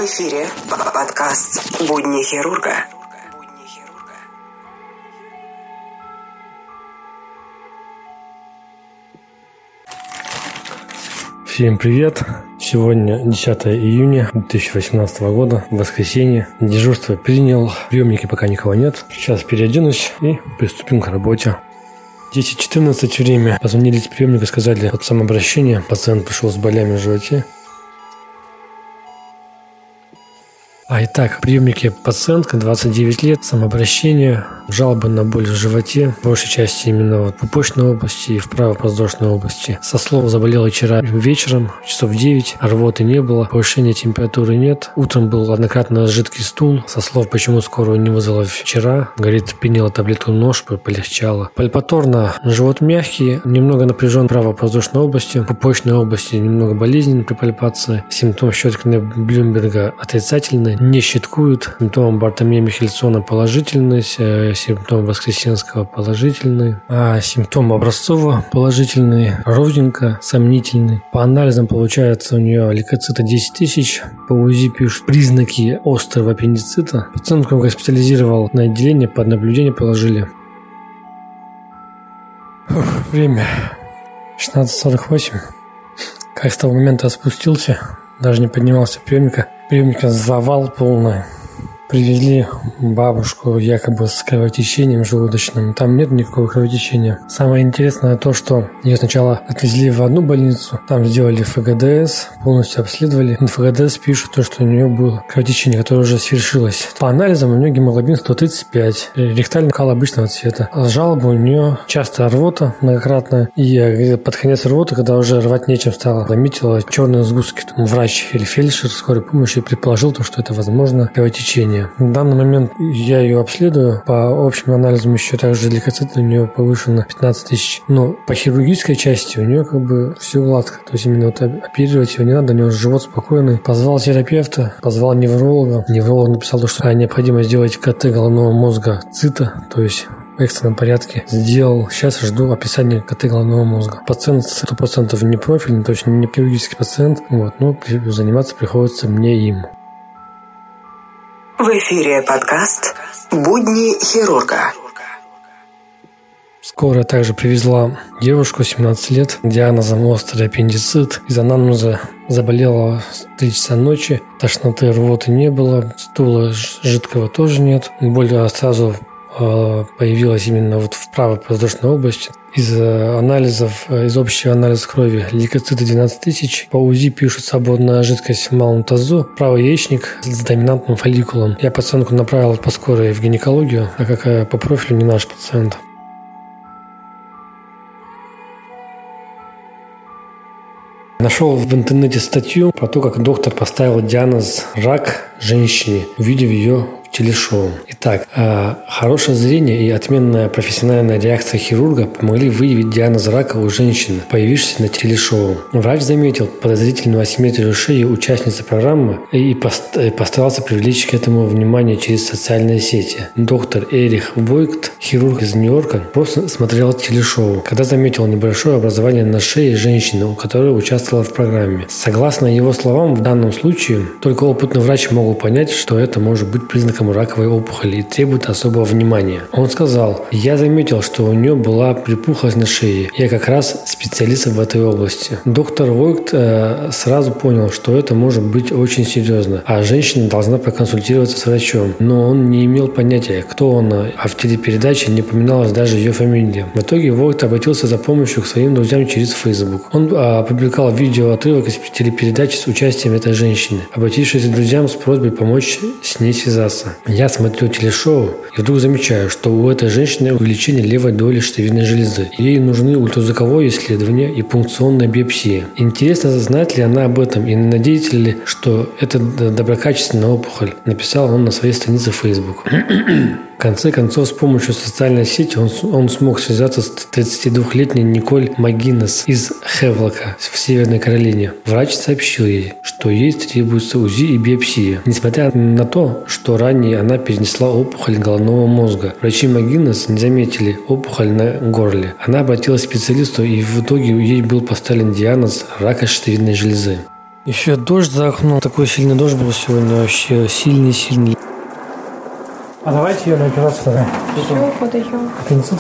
В эфире подкаст «Будни хирурга». Всем привет! Сегодня 10 июня 2018 года, воскресенье. Дежурство принял, в приемнике пока никого нет. Сейчас переоденусь и приступим к работе. 10:14 время. Позвонили с приемника, сказали от самообращения. Пациент пришел с болями в животе. Итак, в приемнике пациентка, 29 лет, самообращение, жалобы на боль в животе, в большей части именно в пупочной области и в правоподвздошной области. Со слов заболела вчера вечером, часов 9, рвоты не было, повышения температуры нет. Утром был однократно жидкий стул. Со слов, почему скорую не вызвала вчера, говорит, приняла таблетку нож, полегчало. Пальпаторно живот мягкий, немного напряжен в правоподвздошной области, в пупочной области немного болезненный при пальпации. Симптом щетки Блюмберга отрицательный. Не щиткуют. Симптом Бартомея Михельсона положительный, симптом Воскресенского положительный, а симптом Образцова положительный, ровненько, сомнительный. По анализам получается у нее лейкоцита 10 тысяч, по УЗИ пишут признаки острого аппендицита. Пациентку госпитализировал на отделение, под наблюдение положили. Время 16:48. Как с того момента спустился, даже не поднимался приемника. Приемника завал полный. Привезли бабушку якобы с кровотечением желудочным. Там нет никакого кровотечения. Самое интересное то, что ее сначала отвезли в одну больницу. Там сделали ФГДС, полностью обследовали. На ФГДС пишут то, что у нее было кровотечение, которое уже свершилось. По анализам у нее гемоглобин 135. Ректальный кал обычного цвета. А жалоба у нее часто рвота многократно. И под конец рвоты, когда уже рвать нечем стало, заметила черные сгустки. Врач или фельдшер скорой помощи предположил то, что это возможно кровотечение. В данный момент я ее обследую. По общим анализам еще также лейкоциты у нее повышено 15 тысяч. Но по хирургической части у нее все гладко. То есть именно оперировать ее не надо, у нее живот спокойный. Позвал терапевта, позвал невролога. Невролог написал, что необходимо сделать КТ головного мозга ЦИТа, то есть в экстренном порядке. Сделал. Сейчас жду описания КТ головного мозга. Пациент 100% не профильный, то есть не хирургический пациент. Но заниматься приходится мне им. В эфире подкаст «Будни хирурга». Скорая также привезла девушку 17 лет, диагнозом острый аппендицит. Из анамнеза заболела в 3 часа ночи, тошноты, рвоты не было, стула жидкого тоже нет. Боль сразу появилась именно в правой подвздошной области. Из анализов, из общего анализа крови лейкоциты 12 тысяч. По УЗИ пишут свободная жидкость в малом тазу, правый яичник с доминантным фолликулом. Я пациентку направил по скорой в гинекологию, так как по профилю не наш пациент. Нашел в интернете статью про то, как доктор поставил диагноз «рак» женщине, увидев ее в телешоу. Итак, хорошее зрение и отменная профессиональная реакция хирурга помогли выявить диагноз рака у женщины, появившейся на телешоу. Врач заметил подозрительную асимметрию шеи участницы программы и постарался привлечь к этому внимание через социальные сети. Доктор Эрих Войгт, хирург из Нью-Йорка, просто смотрел телешоу, когда заметил небольшое образование на шее женщины, у которой участвовала в программе. Согласно его словам, в данном случае только опытный врач мог понять, что это может быть признаком раковой опухоли и требует особого внимания. Он сказал: «Я заметил, что у нее была припухлость на шее. Я как раз специалист в этой области». Доктор Войгт сразу понял, что это может быть очень серьезно, а женщина должна проконсультироваться с врачом. Но он не имел понятия, кто она, а в телепередаче не упоминалась даже ее фамилия. В итоге Войгт обратился за помощью к своим друзьям через Facebook. Он опубликовал видеоотрывок из телепередачи с участием этой женщины, обратившись к друзьям с просьбой помочь с ней связаться. Я смотрю телешоу и вдруг замечаю, что у этой женщины увеличение левой доли щитовидной железы. Ей нужны ультразвуковое исследование и пункционная биопсия. Интересно, знает ли она об этом и надеется ли, что это доброкачественная опухоль, написал он на своей странице в Facebook. В конце концов, с помощью социальной сети он смог связаться с 32-летней Николь Магинес из Хевлока в Северной Каролине. Врач сообщил ей, что ей требуется УЗИ и биопсия. Несмотря на то, что ранее она перенесла опухоль головного мозга, врачи Магинес не заметили опухоль на горле. Она обратилась к специалисту, и в итоге ей был поставлен диагноз рака щитовидной железы. Еще дождь за окном. Такой сильный дождь был сегодня, вообще сильный. А давайте ее на операцию. Все, подаем. Аппендицит.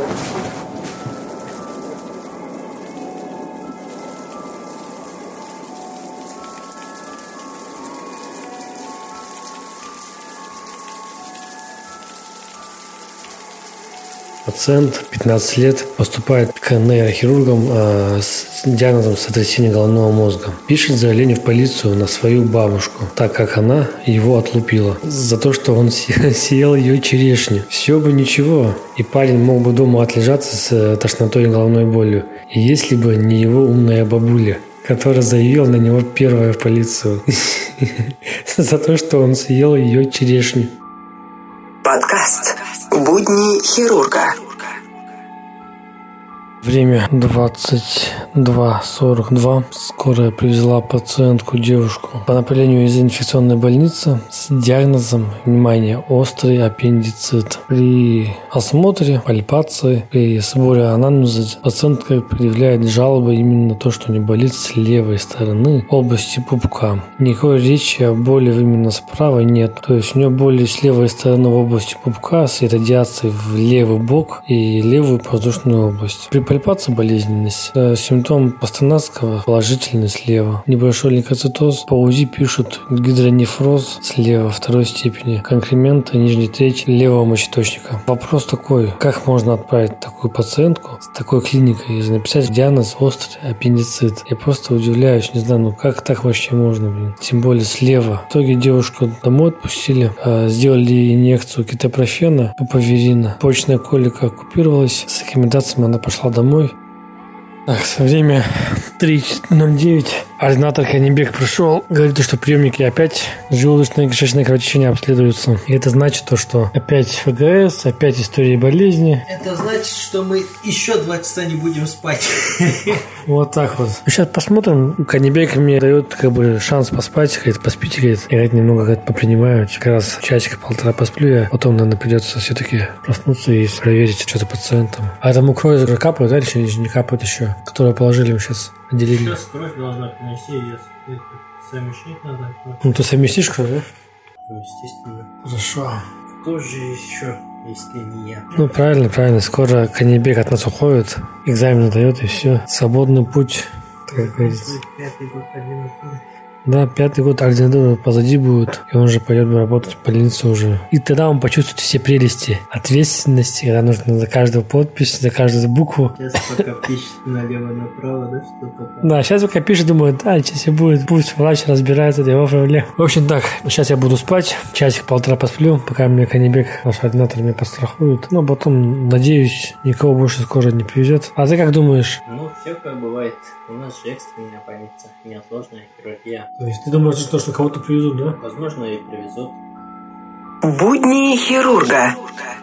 Пациент 15 лет поступает к нейрохирургам с диагнозом сотрясения головного мозга. Пишет заявление в полицию на свою бабушку, так как она его отлупила за то, что он съел ее черешню. Все бы ничего, и парень мог бы дома отлежаться с тошнотой и головной болью, и если бы не его умная бабуля, которая заявила на него первая в полицию за то, что он съел ее черешню. Подкаст «Будни хирурга». Время 22:42. Скорая привезла пациентку, девушку, по направлению из инфекционной больницы с диагнозом, внимание, острый аппендицит. При осмотре, пальпации, при сборе анамнеза пациентка предъявляет жалобы именно на то, что не болит с левой стороны области пупка. Никакой речи о боли именно справа нет. То есть у нее боли с левой стороны в области пупка с иррадиацией в левый бок и левую воздушную область. При пальпации болезненность. Симптом пастернакского положительный слева. Небольшой лейкоцитоз. По УЗИ пишут гидронефроз слева второй степени. Конкремента нижней трети левого мочеточника. Вопрос такой: как можно отправить такую пациентку с такой клиникой и написать диагноз острый аппендицит? Я просто удивляюсь, не знаю, как так вообще можно, Тем более слева. В итоге девушку домой отпустили, сделали инъекцию кетопрофена, папаверина. Почечная колика оккупировалась. С рекомендациями она пошла домой. Так, время 3:09. Ординатор Канибек пришел, говорит, что приемники опять желудочное и кишечное кровотечение обследуются. И это значит то, что опять ФГС, опять история болезни. Это значит, что мы еще 2 часа не будем спать. Вот так вот. Сейчас посмотрим. Канибек мне дает шанс поспать. Говорит, поспите, говорит. Я немного попринимаю. Как раз часика-полтора посплю я. Потом, наверное, придется все-таки проснуться и проверить, что за пациентом. А этому кровь уже капает, да, или не капает еще? Которую положили ему сейчас. Отделили. Сейчас кровь должна принести, ее совмещать надо. Ну, ты совместишь кровь, да? Ну, естественно. Хорошо. Кто же еще, если не я? Ну, правильно. Скоро Канибек от нас уходит. Экзамен дает, и все. Свободный путь, так говорится. 5-й год ординатуры. Да, 5-й год ординатуры позади будет, и он же пойдет работать в больницу уже. И тогда он почувствует все прелести ответственности, когда нужно за каждую подпись, за каждую букву. Сейчас пока пишет налево-направо, да, что-то там. Да, сейчас пока пишет, думаю, да, сейчас и будет, пусть врач разбирается, это его проблема. В общем, так, сейчас я буду спать, часик-полтора посплю, пока мне Канибек, наш ординатор, меня подстрахует. Ну, потом, надеюсь, никого больше скоро не привезет. А ты как думаешь? Ну, все как бывает. У нас же экстренная больница, неотложная хирургия. То есть ты думаешь, что кого-то привезут, да? Возможно, и привезут. Будни хирурга.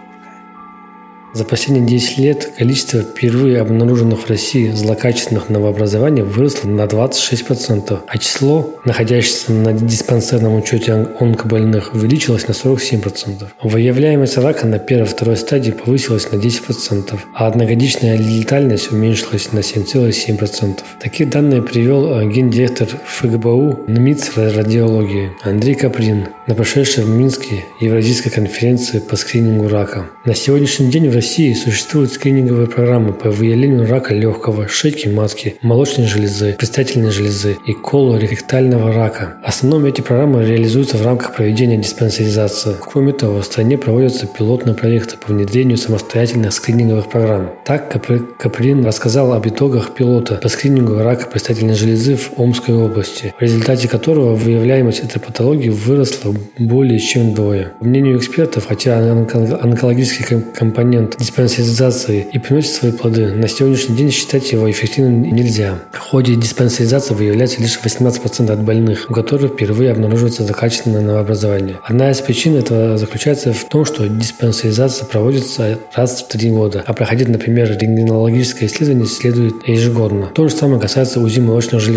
За последние 10 лет количество впервые обнаруженных в России злокачественных новообразований выросло на 26%, а число, находящихся на диспансерном учете онкобольных, увеличилось на 47%. Выявляемость рака на первой-второй стадии повысилась на 10%, а одногодичная летальность уменьшилась на 7,7%. Такие данные привел гендиректор ФГБУ НМИЦ радиологии Андрей Каприн на прошедшей в Минске Евразийской конференции по скринингу рака. На сегодняшний день в России существуют скрининговые программы по выявлению рака легкого, шейки матки, молочной железы, предстательной железы и колоректального рака. В основном эти программы реализуются в рамках проведения диспансеризации. Кроме того, в стране проводятся пилотные проекты по внедрению самостоятельных скрининговых программ. Так, Каприн рассказал об итогах пилота по скринингу рака предстательной железы в Омской области, в результате которого выявляемость этой патологии выросла более чем вдвое. По мнению экспертов, хотя онкологический компонент диспансеризации и приносит свои плоды, на сегодняшний день считать его эффективным нельзя. В ходе диспансеризации выявляется лишь 18% от больных, у которых впервые обнаруживается злокачественное новообразование. Одна из причин этого заключается в том, что диспансеризация проводится раз в 3 года, а проходить, например, рентгенологическое исследование следует ежегодно. То же самое касается УЗИ молочных желез.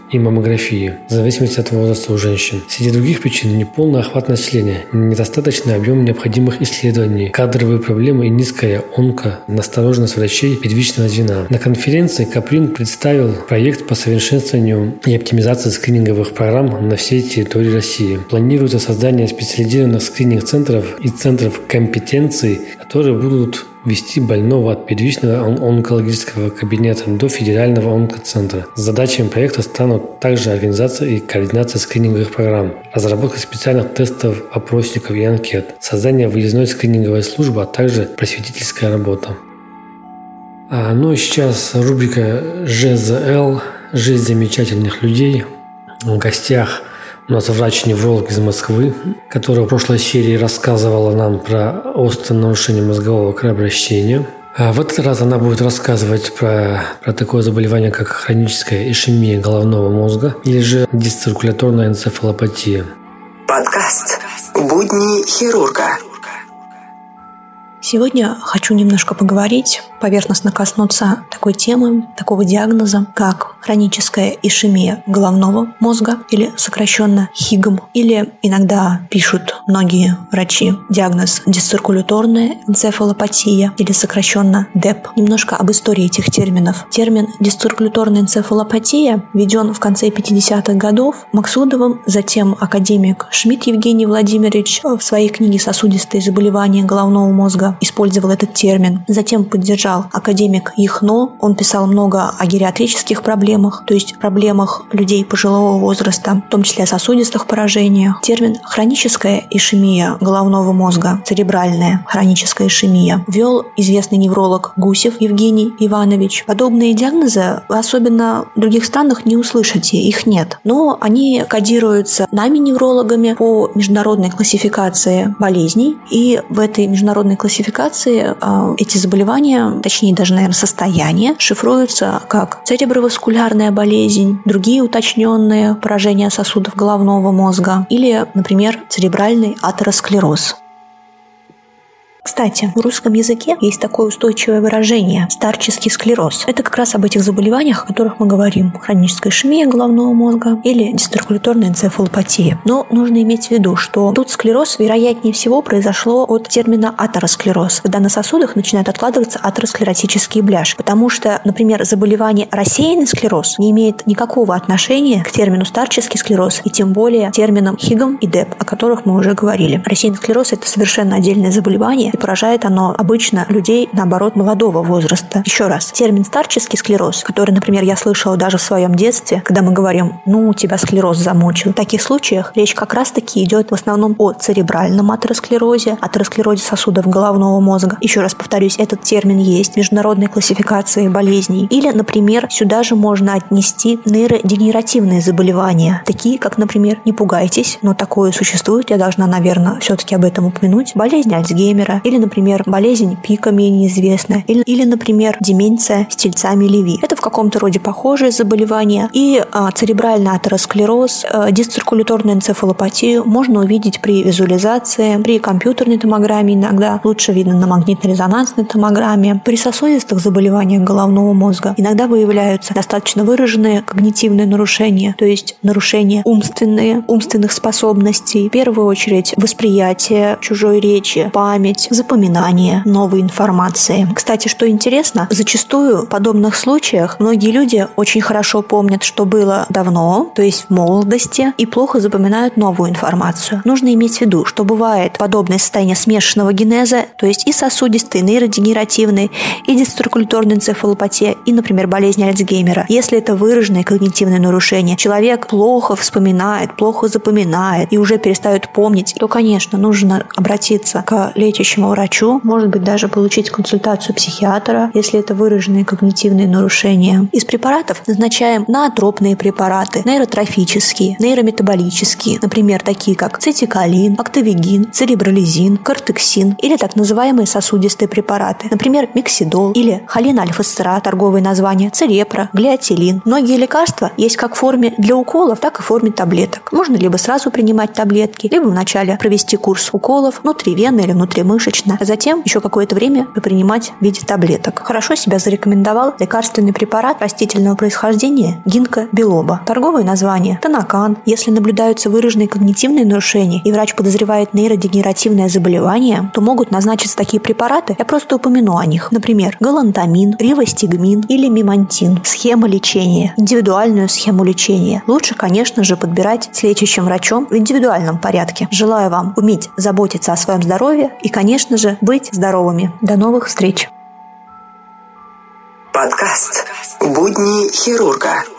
и маммографии, в зависимости от возраста у женщин. Среди других причин – неполный охват населения, недостаточный объем необходимых исследований, кадровые проблемы и низкая настороженность врачей первичного звена. На конференции Каприн представил проект по совершенствованию и оптимизации скрининговых программ на всей территории России. Планируется создание специализированных скрининг-центров и центров компетенций, которые будут вести больного от первичного онкологического кабинета до федерального онкоцентра. Задачами проекта станут также организация и координация скрининговых программ, разработка специальных тестов, опросников и анкет, создание выездной скрининговой службы, а также просветительская работа. Ну и сейчас рубрика ЖЗЛ «Жизнь замечательных людей». В гостях у нас врач-невролог из Москвы, которая в прошлой серии рассказывала нам про острое нарушение мозгового кровообращения. А в этот раз она будет рассказывать про такое заболевание, как хроническая ишемия головного мозга или же дисциркуляторная энцефалопатия. Подкаст «Будни хирурга». Сегодня хочу немножко поговорить, поверхностно коснуться такой темы, такого диагноза, как хроническая ишемия головного мозга, или сокращенно ХИГМ, или иногда пишут многие врачи диагноз дисциркуляторная энцефалопатия, или сокращенно ДЭП. Немножко об истории этих терминов. Термин дисциркуляторная энцефалопатия введен в конце 50-х годов Максудовым, затем академик Шмидт Евгений Владимирович в своей книге «Сосудистые заболевания головного мозга» использовал этот термин. Затем поддержал академик Яхно. Он писал много о гериатрических проблемах, то есть проблемах людей пожилого возраста, в том числе о сосудистых поражениях. Термин хроническая ишемия головного мозга, церебральная хроническая ишемия, ввел известный невролог Гусев Евгений Иванович. Подобные диагнозы, особенно в других странах, не услышите, их нет. Но они кодируются нами, неврологами, по международной классификации болезней. И в этой международной классификации эти заболевания, точнее даже, наверное, состояния, шифруются как цереброваскулярная болезнь, другие уточненные поражения сосудов головного мозга или, например, церебральный атеросклероз. Кстати, в русском языке есть такое устойчивое выражение «старческий склероз». Это как раз об этих заболеваниях, о которых мы говорим. Хроническая ишемия головного мозга или дисциркуляторная энцефалопатия. Но нужно иметь в виду, что тут склероз, вероятнее всего, произошло от термина атеросклероз, когда на сосудах начинают откладываться атеросклеротические бляшки. Потому что, например, заболевание рассеянный склероз не имеет никакого отношения к термину старческий склероз и тем более терминам ХИГМ и ДЭП, о которых мы уже говорили. Рассеянный склероз – это совершенно отдельное заболевание, поражает оно обычно людей, наоборот, молодого возраста. Еще раз, термин старческий склероз, который, например, я слышала даже в своем детстве, когда мы говорим, у тебя склероз замучил. В таких случаях речь как раз-таки идет в основном о церебральном атеросклерозе сосудов головного мозга. Еще раз повторюсь, этот термин есть в международной классификации болезней. Или, например, сюда же можно отнести нейродегенеративные заболевания, такие как, например, не пугайтесь, но такое существует, я должна, наверное, все-таки об этом упомянуть, болезнь Альцгеймера, или, например, болезнь Пика менее известная, или, например, деменция с тельцами Леви. Это в каком-то роде похожие заболевания. И церебральный атеросклероз, дисциркуляторную энцефалопатию можно увидеть при визуализации, при компьютерной томограмме иногда, лучше видно на магнитно-резонансной томограмме. При сосудистых заболеваниях головного мозга иногда выявляются достаточно выраженные когнитивные нарушения, то есть нарушения умственных способностей, в первую очередь восприятие чужой речи, память, запоминание новой информации. Кстати, что интересно, зачастую в подобных случаях многие люди очень хорошо помнят, что было давно, то есть в молодости, и плохо запоминают новую информацию. Нужно иметь в виду, что бывает подобное состояние смешанного генеза, то есть и сосудистый, и нейродегенеративный, и дисциркуляторная энцефалопатия, и, например, болезнь Альцгеймера. Если это выраженные когнитивные нарушения, человек плохо вспоминает, плохо запоминает и уже перестает помнить, то, конечно, нужно обратиться к лечащему врачу, может быть, даже получить консультацию психиатра, если это выраженные когнитивные нарушения. Из препаратов назначаем ноотропные препараты, нейротрофические, нейрометаболические, например, такие как цитикалин, актовигин, церебролизин, кортексин или так называемые сосудистые препараты, например, миксидол или холинальфосцерат, торговые названия, церепра, глиотилин. Многие лекарства есть как в форме для уколов, так и в форме таблеток. Можно либо сразу принимать таблетки, либо вначале провести курс уколов внутривенно или внутримышечно, достаточно. А затем еще какое-то время принимать в виде таблеток. Хорошо себя зарекомендовал лекарственный препарат растительного происхождения гинка билоба. Торговое название – Тонакан. Если наблюдаются выраженные когнитивные нарушения и врач подозревает нейродегенеративное заболевание, то могут назначиться такие препараты. Я просто упомяну о них. Например, галантамин, ривастигмин или мимантин. Схема лечения. Индивидуальную схему лечения. Лучше, конечно же, подбирать с лечащим врачом в индивидуальном порядке. Желаю вам уметь заботиться о своем здоровье и, конечно же, быть здоровыми. До новых встреч! Подкаст «Будни хирурга».